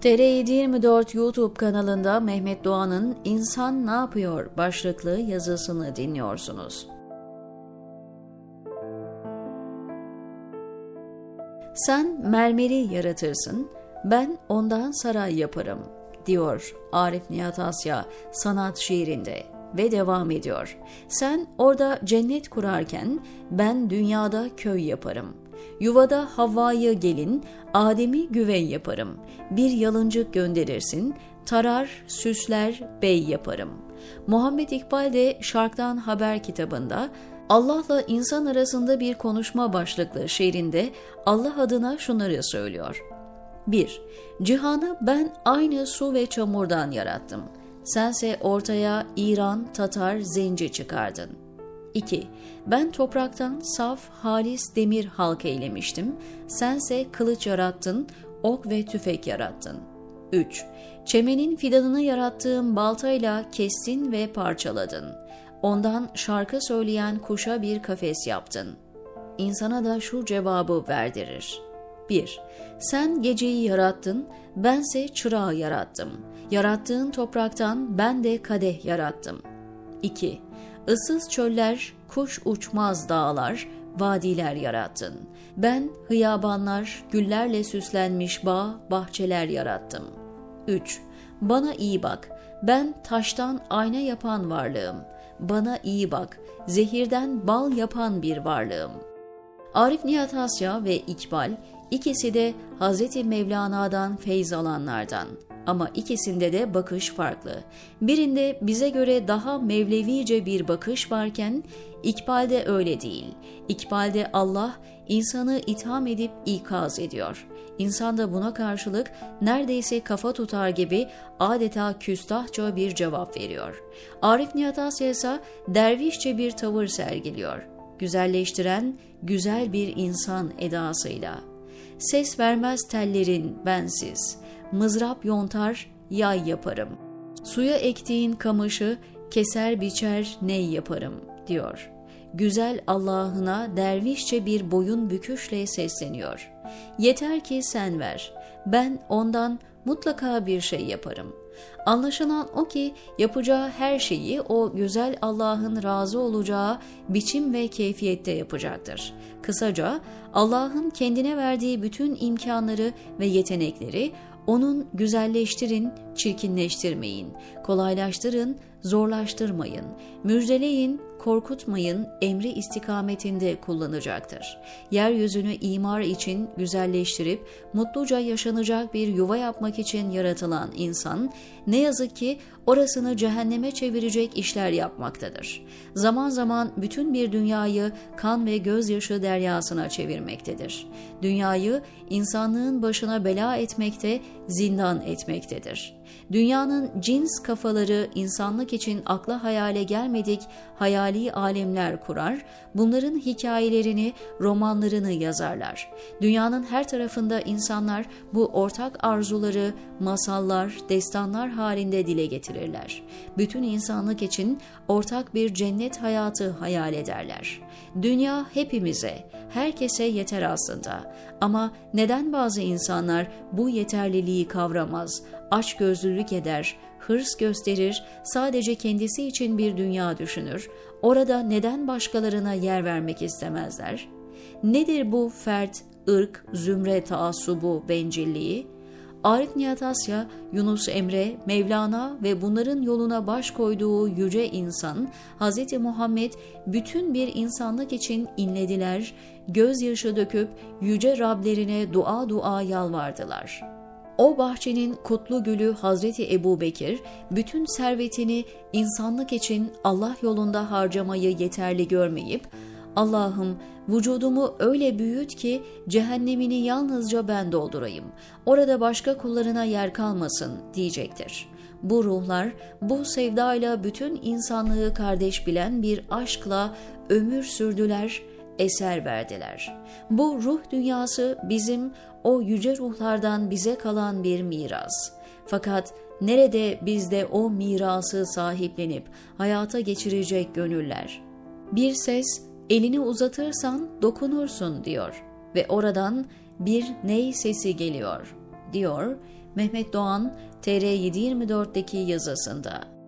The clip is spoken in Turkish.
TR724 YouTube kanalında Mehmet Doğan'ın İnsan Ne Yapıyor başlıklı yazısını dinliyorsunuz. Sen mermeri yaratırsın, ben ondan saray yaparım, diyor Arif Nihat Asya sanat şiirinde ve devam ediyor. Sen orada cennet kurarken ben dünyada köy yaparım. Yuvada Havva'yı gelin, Adem'i güvey yaparım. Bir yalıncık gönderirsin, tarar, süsler, bey yaparım. Muhammed İkbal de Şark'tan Haber kitabında Allah'la insan arasında bir konuşma başlıklı şiirinde Allah adına şunları söylüyor. 1. Cihanı ben aynı su ve çamurdan yarattım. Sense ortaya İran, Tatar, Zenci çıkardın. 2. Ben topraktan saf, halis demir halk eylemiştim. Sense kılıç yarattın, ok ve tüfek yarattın. 3. Çemenin fidanını yarattığım baltayla kestin ve parçaladın. Ondan şarkı söyleyen kuşa bir kafes yaptın. İnsana da şu cevabı verdirir. 1. Sen geceyi yarattın, bense çırağı yarattım. Yarattığın topraktan ben de kadeh yarattım. 2. Issız çöller, kuş uçmaz dağlar, vadiler yarattın. Ben hıyabanlar, güllerle süslenmiş bağ, bahçeler yarattım. 3. Bana iyi bak, ben taştan ayna yapan varlığım. Bana iyi bak, zehirden bal yapan bir varlığım. Arif Nihat Asya ve İkbal, ikisi de Hazreti Mevlana'dan feyz alanlardan. Ama ikisinde de bakış farklı. Birinde bize göre daha mevlevice bir bakış varken İkbal'de öyle değil. İkbal'de Allah insanı itham edip ikaz ediyor. İnsan da buna karşılık neredeyse kafa tutar gibi adeta küstahça bir cevap veriyor. Arif Nihat Asya ise dervişçe bir tavır sergiliyor. Güzelleştiren güzel bir insan edasıyla. Ses vermez tellerin bensiz, mızrap yontar yay yaparım. Suya ektiğin kamışı keser biçer ney yaparım, diyor. Güzel Allah'ına dervişçe bir boyun büküşle sesleniyor. Yeter ki sen ver, ben ondan mutlaka bir şey yaparım. Anlaşılan o ki yapacağı her şeyi o güzel Allah'ın razı olacağı biçim ve keyfiyette yapacaktır. Kısaca Allah'ın kendine verdiği bütün imkanları ve yetenekleri onun güzelleştirin, çirkinleştirmeyin, kolaylaştırın, zorlaştırmayın, müjdeleyin, korkutmayın emri istikametinde kullanacaktır. Yeryüzünü imar için güzelleştirip mutluca yaşanacak bir yuva yapmak için yaratılan insan, ne yazık ki orasını cehenneme çevirecek işler yapmaktadır. Zaman zaman bütün bir dünyayı kan ve gözyaşı deryasına çevirmektedir. Dünyayı insanlığın başına bela etmekte, zindan etmektedir. Dünyanın cins kafaları insanlık için akla hayale gelmedik hayali alemler kurar, bunların hikayelerini, romanlarını yazarlar. Dünyanın her tarafında insanlar bu ortak arzuları, masallar, destanlar halinde dile getirirler. Bütün insanlık için ortak bir cennet hayatı hayal ederler. Dünya hepimize, herkese yeter aslında. Ama neden bazı insanlar bu yeterliliği kavramaz, açgözlülük eder, hırs gösterir, sadece kendisi için bir dünya düşünür, orada neden başkalarına yer vermek istemezler? Nedir bu fert, ırk, zümre taassubu, bencilliği? Arif Nihat Asya, Yunus Emre, Mevlana ve bunların yoluna baş koyduğu yüce insan, Hz. Muhammed bütün bir insanlık için inlediler, gözyaşı döküp yüce Rablerine dua yalvardılar. O bahçenin kutlu gülü Hazreti Ebubekir, bütün servetini insanlık için Allah yolunda harcamayı yeterli görmeyip, Allah'ım vücudumu öyle büyüt ki cehennemini yalnızca ben doldurayım, orada başka kullarına yer kalmasın diyecektir. Bu ruhlar bu sevdayla bütün insanlığı kardeş bilen bir aşkla ömür sürdüler, eser verdiler. Bu ruh dünyası bizim o yüce ruhlardan bize kalan bir miras. Fakat nerede bizde o mirası sahiplenip hayata geçirecek gönüller? Bir ses, elini uzatırsan dokunursun diyor ve oradan bir ney sesi geliyor, diyor Mehmet Doğan, TR724'deki yazısında.